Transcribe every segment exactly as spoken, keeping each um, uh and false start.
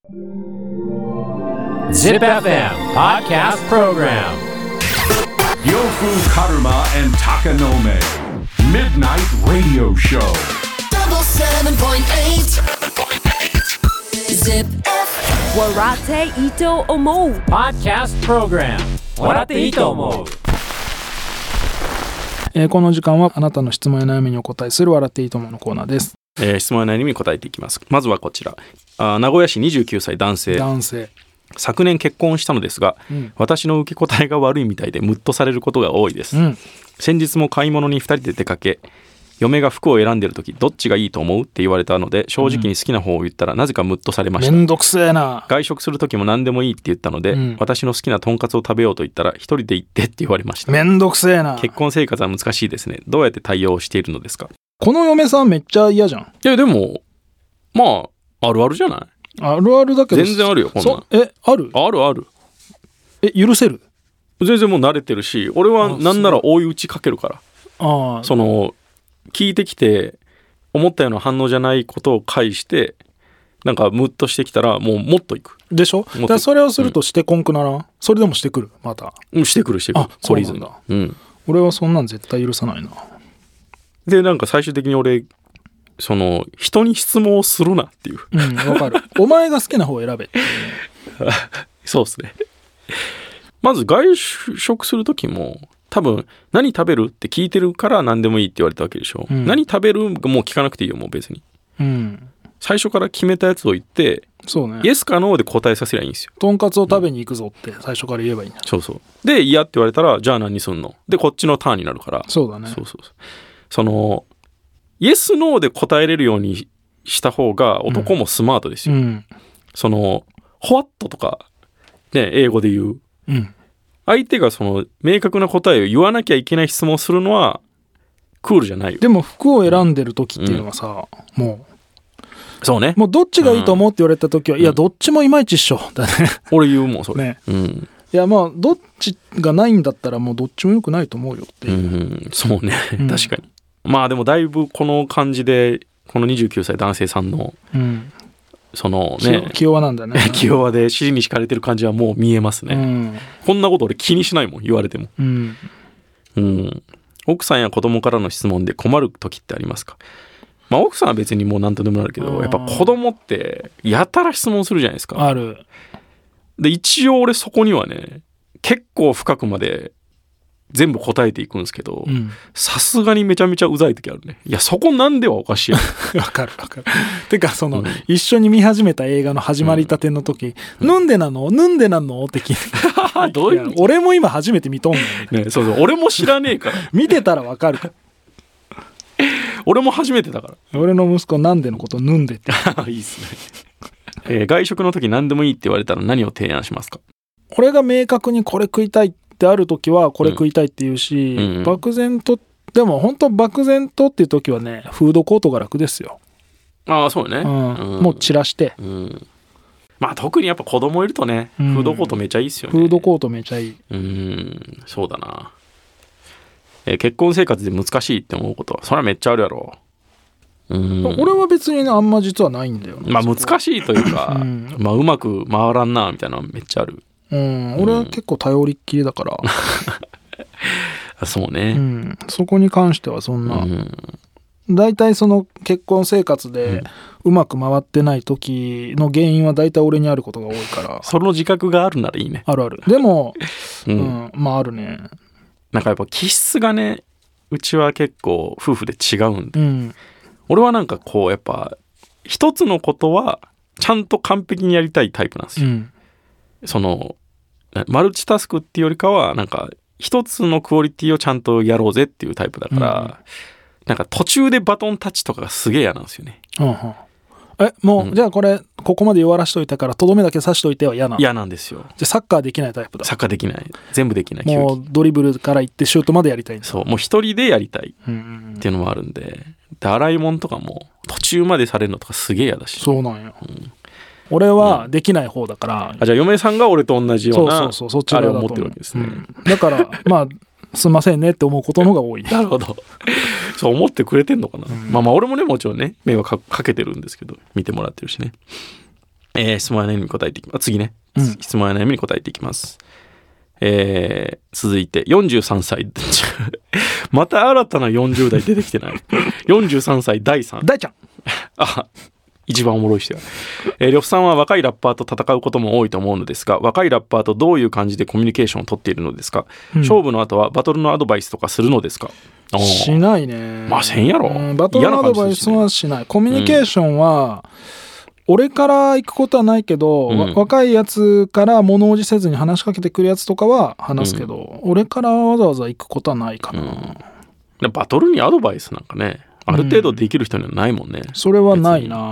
Zip エフエム Podcast Program Yofu Karuma and Takanome Midnight Radio Show double seven point eight Zip エフエム Warate Ito Omo Podcast Program 笑っていいと思う。 えー、この時間はあなたの質問や悩みにお答えする笑っていいと思うのコーナーです。 えー、質問や悩みに答えていきます。まずはこちら。あ、名古屋市にじゅうきゅうさい男性。 男性。 昨年結婚したのですが、うん、私の受け答えが悪いみたいでムッとされることが多いです、うん、先日も買い物にふたりで出かけ、嫁が服を選んでる時どっちがいいと思うって言われたので正直に好きな方を言ったら、うん、なぜかムッとされました。 めんどくせえな。 外食する時も何でもいいって言ったので、うん、私の好きなとんかつを食べようと言ったら一人で行ってって言われました。 めんどくせえな。 結婚生活は難しいですね。どうやって対応しているのですか？ この嫁さんめっちゃ嫌じゃん。 いやでもまああるあるじゃない。 あるあるだけど全然あるよこんなん。 えあるあるある。 え許せる？ 全然もう慣れてるし、俺はなんなら追い打ちかけるから。あその聞いてきて思ったような反応じゃないことを返してなんかムッとしてきたらもうもっといくでしょ。だからそれをするとしてこんくなら、うん、それでもしてくるまた。 うんしてくるしてくる。 あそうなんだ、 うん、 俺はそんなん絶対許さないな。 でなんか最終的に俺その人に質問をするなっていう。 うんわかる。お前が好きな方を選べってそうですね。まず外食する時も多分何食べるって聞いてるから何でもいいって言われたわけでしょ、うん、何食べるもう聞かなくていいよもう別に、うん、最初から決めたやつを言ってそうね、 イエスかノーで答えさせりゃいいんですよ。 とんかつを食べに行くぞって最初から言えばいいんだ、 うん、そうそうで嫌って言われたらじゃあ何すんのでこっちのターンになるから。 そうだね。 そうそうそうそのイエスノーで答えれるようにした方が男もスマートですよ、うん、そのホワットとかね英語で言う、うん、相手がその明確な答えを言わなきゃいけない質問をするのはクールじゃないよ。 でも服を選んでる時っていうのはさ、うん、もうそうねもうどっちがいいと思うって言われた時は、うん、いやどっちもいまいちっしょだね俺言うもんそれ、ねうん、 いやまあどっちがないんだったらもうどっちも良くないと思うよっていう、うん、 そうね、うん、確かに。まあでもだいぶこの感じでこのにじゅうきゅうさい男性さんの、うんそのね、 気弱なんだね。 気弱で尻に敷かれてる感じはもう見えますね、うん、こんなこと俺気にしないもん言われても、うんうん、奥さんや子供からの質問で困る時ってありますか？まあ奥さんは別にもう何とでもなるけどやっぱ子供ってやたら質問するじゃないですか。 ある。 で一応俺そこにはね結構深くまで全部答えていくんですけどさすがにめちゃめちゃうざい時あるね。いやそこなんではおかしいわかるわかる。てかその、うん、一緒に見始めた映画の始まりたての時、うん、なんでなのなんでなのって聞いてどういう俺も今初めて見とんの、 ね、そうそう俺も知らねえから見てたらわかる俺も初めてだから俺の息子なんでのことぬんでっていいっすね、えー、外食の時何でもいいって言われたら何を提案しますか？ 俺が明確にこれ食いたいってある時はこれ食いたいって言うし、うんうん、漠然とでも本当漠然とっていう時はねフードコートが楽ですよ。 ああそうね、 うんうん、もう散らして、うん、 まあ特にやっぱ子供いるとね、うん、フードコートめちゃいいっすよね。 フードコートめちゃいい。 うんそうだな、えー、結婚生活で難しいって思うことはそれはめっちゃあるやろ。 うん俺は別にねあんま実はないんだよね。 まあ難しいというか、うんまあ、うまく回らんなみたいなのめっちゃある。 うん、俺は結構頼りっきりだから、 うん、そうね、 うん、そこに関してはそんな、うん、だいたいその結婚生活でうまく回ってない時の原因はだいたい俺にあることが多いからその自覚があるならいいね。 あるある。でも、うんうん、まああるね。 なんかやっぱ気質がねうちは結構夫婦で違うんで、うん、俺はなんかこうやっぱ一つのことはちゃんと完璧にやりたいタイプなんですよ、うん、そのマルチタスクっていうよりかはなんか一つのクオリティをちゃんとやろうぜっていうタイプだから、うん、なんか途中でバトンタッチとかがすげえ嫌なんですよね、うんうん、 えもう、うん、じゃあこれここまで弱らしといたからとどめだけ刺しといては嫌なの？ 嫌なんですよ。 じゃあサッカーできないタイプだ。 サッカーできない全部できない。 もうドリブルから行ってシュートまでやりたいんだ。 そうもう一人でやりたいっていうのもあるんで、で洗い物とかも途中までされるのとかすげえ嫌だし。 そうなんよ、うん俺はできない方だから、 うん、あじゃあ嫁さんが俺と同じようなそうそうそうそっち側だとあれを持ってるわけですね、うん、 だからまあすいませんねって思うことの方が多いなるほどそう思ってくれてんのかな、うん、まあまあ俺もねもちろんね迷惑かけてるんですけど見てもらってるしね、 えー、質問や悩みに答えていきます。次ね、 うん、 質問や悩みに答えていきます。えー、続いてよんじゅうさんさいまた新たなよんじゅう代出てきてないよんじゅうさんさいだいさん大ちゃんあ一番おもろい人や、えー、呂布さんは若いラッパーと戦うことも多いと思うのですが、若いラッパーとどういう感じでコミュニケーションを取っているのですか、うん、勝負の後はバトルのアドバイスとかするのですか。 しないね。 まあせんやろ、 うん、バトルのアドバイスはしない、ね、コミュニケーションは、うん、俺から行くことはないけど、うん、若いやつから物おじせずに話しかけてくるやつとかは話すけど、うん、俺からわざわざ行くことはないかな、 うん、バトルにアドバイスなんかねある程度できる人にはないもんね、 うん、それはないな、 うん、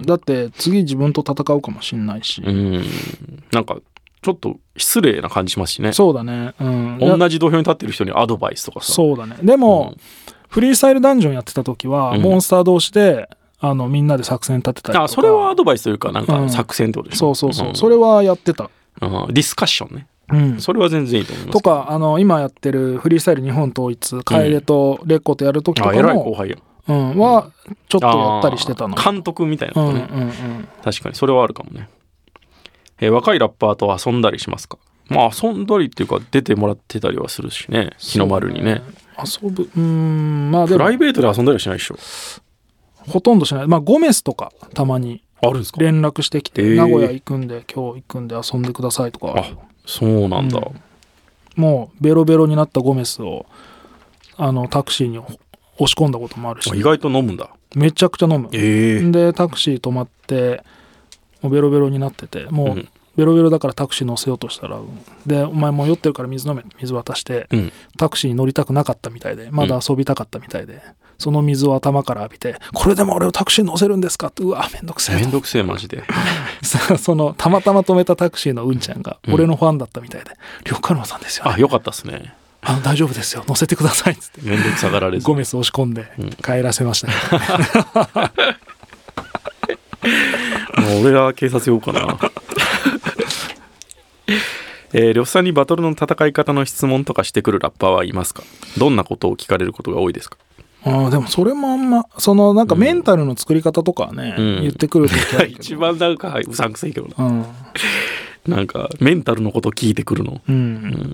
だって次自分と戦うかもしんないし、 うん、なんかちょっと失礼な感じしますしね。 そうだね、うん、 同じ土俵に立ってる人にアドバイスとかさ。 そうだね。でも、うん、フリースタイルダンジョンやってた時は、うん、モンスター同士であのみんなで作戦立てたりとか。 あ、それはアドバイスというかなんか作戦ってことでしょ、 うん、そうそうそう、うん、それはやってた、 うん、ディスカッションね、うん、それは全然いいと思います。 とかあの今やってるフリースタイル日本統一楓とレッコとやる時とかも、 うん、あ、偉い後輩や、 うん、はちょっとやったりしてたの。 監督みたいなことね、 うんうんうん、 確かにそれはあるかもね。えー、若いラッパーと遊んだりしますか。まあ遊んだりっていうか出てもらってたりはするしね、日の丸にね。 遊ぶ、うーん、まあでもプライベートで遊んだりはしないでしょ。 ほとんどしない。まあゴメスとかたまにあるんですか。 連絡してきて、名古屋行くんで今日行くんで遊んでくださいとか。 あ、そうなんだ、うん、 もうベロベロになったゴメスをあのタクシーに押し込んだこともあるし、 意外と飲むんだ。めちゃくちゃ飲む、 えー、 でタクシー止まってもうベロベロになってて、もう、うん、ベロベロだからタクシー乗せようとしたら、でお前もう酔ってるから水飲め、水渡して、うん、タクシーに乗りたくなかったみたいで、まだ遊びたかったみたいで、うん、その水を頭から浴びて、これでも俺をタクシーに乗せるんですかって、うわめんどくせえ、 めんどくせえマジでそのたまたま止めたタクシーのうんちゃんが俺のファンだったみたいで、呂布カルマさんですよね、 あ、よかったっすね、 あの大丈夫ですよ乗せてくださいっつってめんどくさがられずゴメス押し込んで帰らせましたね、 うん、もう俺ら警察呼ぶかなえー、呂布さんにバトルの戦い方の質問とかしてくるラッパーはいますか。どんなことを聞かれることが多いですか。 あ、でもそれもあんまそのなんかメンタルの作り方とかはね、うん、言ってくる時あるけど一番なんかうさんくせえけどな、うん、なんかメンタルのこと聞いてくるの、うんうん、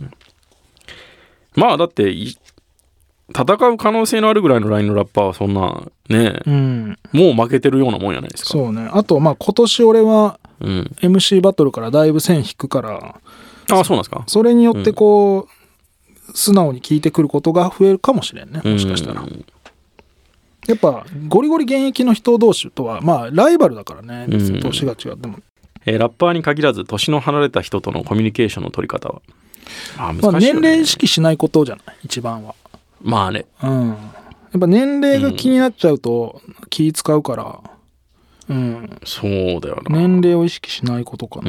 まあだって戦う可能性のあるぐらいのラインのラッパーはそんなね、うん、もう負けてるようなもんじゃないですか。 そうね。あとまあ今年俺は エムシー バトルからだいぶ線引くから、 あ、そうなんですか。 それによってこう、うん、素直に聞いてくることが増えるかもしれんね、もしかしたら、うん、やっぱゴリゴリ現役の人同士とはまあライバルだからね、年が違っても、 えー、ラッパーに限らず年の離れた人とのコミュニケーションの取り方は、 あ、難しいよね。まあ、年齢意識しないことじゃない一番は。 まあね、 うん、やっぱ年齢が気になっちゃうと気使うから、うん、 そうだよな。 年齢を意識しないことかな。 うん、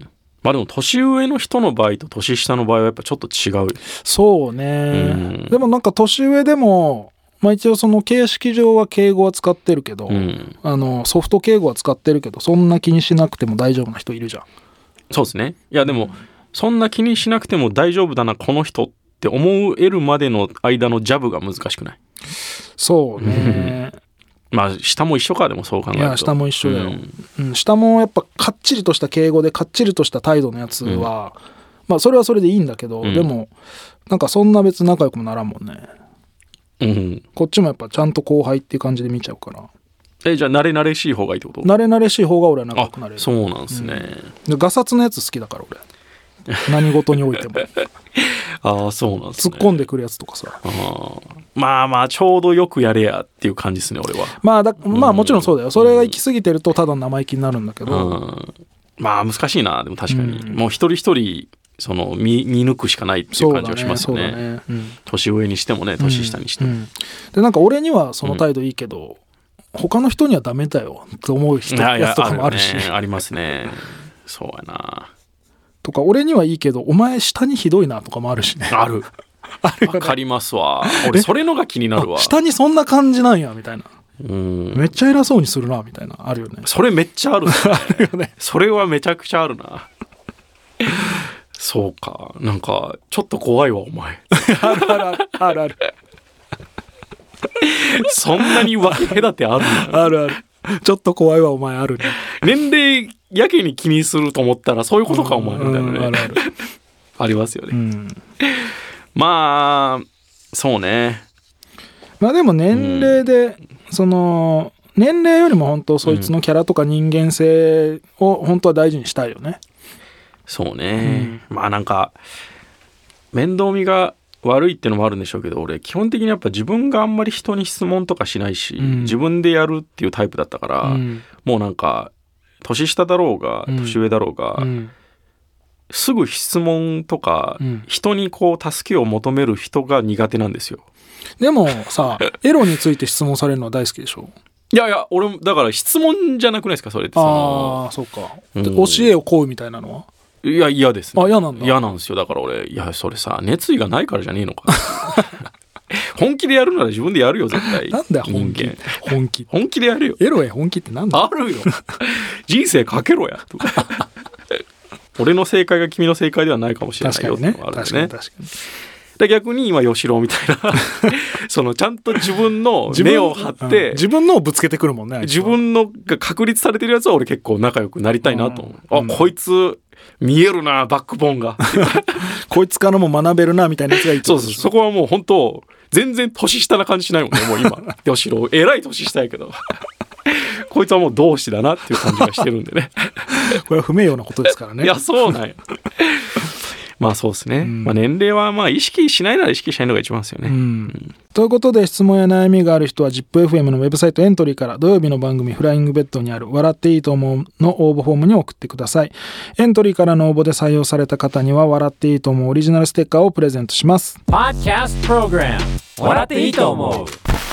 まあでも年上の人の場合と年下の場合はやっぱちょっと違う。 そうね、うん、でもなんか年上でも、まあ、一応その形式上は敬語は使ってるけど、うん、あのソフト敬語は使ってるけどそんな気にしなくても大丈夫な人いるじゃん。 そうですね。いやでも、うん、そんな気にしなくても大丈夫だなこの人って思えるまでの間のジャブが難しくない。 そうねまあ下も一緒か。でもそう考えると、いや下も一緒だよ、うんうん、下もやっぱかっちりとした敬語でかっちりとした態度のやつは、うん、まあそれはそれでいいんだけど、うん、でもなんかそんな別に仲良くもならんもんね、うん、こっちもやっぱちゃんと後輩っていう感じで見ちゃうから。 え、じゃあ慣れ慣れしい方がいいってこと。 慣れ慣れしい方が俺は仲良くなれる。 そうなんですね、 うん、でガサツのやつ好きだから俺何事においてもああ、そうなんですね。 突っ込んでくるやつとかさ、 あ、まあまあちょうどよくやれやっていう感じですね俺は。 まあだ、まあもちろんそうだよ。それが行き過ぎてるとただ生意気になるんだけど、 うん、まあ難しいな。でも確かに、うん、もう一人一人その 見, 見抜くしかないっていう感じはしますよね。そうだね、そうだね、うん、年上にしてもね年下にしても、うんうん、 でなんか俺にはその態度いいけど、うん、他の人にはダメだよって思う人やつとかもあるし。 あ, る、ね、ありますね。そうやな。 とか俺にはいいけどお前下にひどいなとかもあるしね。 あるあるよね。 わかりますわ。俺それのが気になるわ。 下にそんな感じなんやみたいな、うん、めっちゃ偉そうにするなみたいなあるよね。 それめっちゃある、ね、 あるよね。 それはめちゃくちゃあるなそうか。なんかちょっと怖いわお前あるあるあるあるそんなに分け隔てあるの。 あるある。 ちょっと怖いわお前あるね。 年齢やけに気にすると思ったらそういうことかお前みたいなね、 うん、あるあるありますよね、 うん、 まあそうね。 まあでも年齢で、うん、その年齢よりも本当そいつのキャラとか人間性を本当は大事にしたいよね。 そうね、うん、まあなんか面倒見が悪いってのもあるんでしょうけど、俺基本的にやっぱ自分があんまり人に質問とかしないし、うん、自分でやるっていうタイプだったから、うん、もうなんか年下だろうが年上だろうが、うん、すぐ質問とか、うん、人にこう助けを求める人が苦手なんですよ。でもさエロについて質問されるのは大好きでしょ。 いやいや俺だから質問じゃなくないですかそれって。 ああそうか、うん、教えを請うみたいなのは。 いや嫌ですね。 あ嫌なんだ。 嫌なんですよ。だから俺いやそれさ熱意がないからじゃねえのか本気でやるなら自分でやるよ絶対。 なんだよ本気本気本気でやるよ。 エロへ本気ってなんだ。 あるよ人生かけろやと俺の正解が君の正解ではないかもしれないよってのがあるんでね。確かに確かに。で逆に今吉郎みたいなそのちゃんと自分の根を張って、 うん、自分のをぶつけてくるもんね。 自分のが確立されてるやつは俺結構仲良くなりたいなと思う、うん、あ、うん、こいつ見えるなバックボーンがこいつからも学べるなみたいなやつがいい。 そうそうそこはもう本当全然年下な感じしないもんねもう今吉郎えらい年下やけどこいつはもう同志だなっていう感じがしてるんでねこれは不名誉なことですからね。 いやそうなんやまあそうですね、うんまあ、年齢はまあ意識しないなら意識しないのが一番ですよね、うんうん、 ということで質問や悩みがある人は ジップエフエム のウェブサイトエントリーから土曜日の番組フライングベッドにある笑っていいと思うの応募フォームに送ってください。エントリーからの応募で採用された方には笑っていいと思うオリジナルステッカーをプレゼントします。 Podcast Program 笑っていいと思う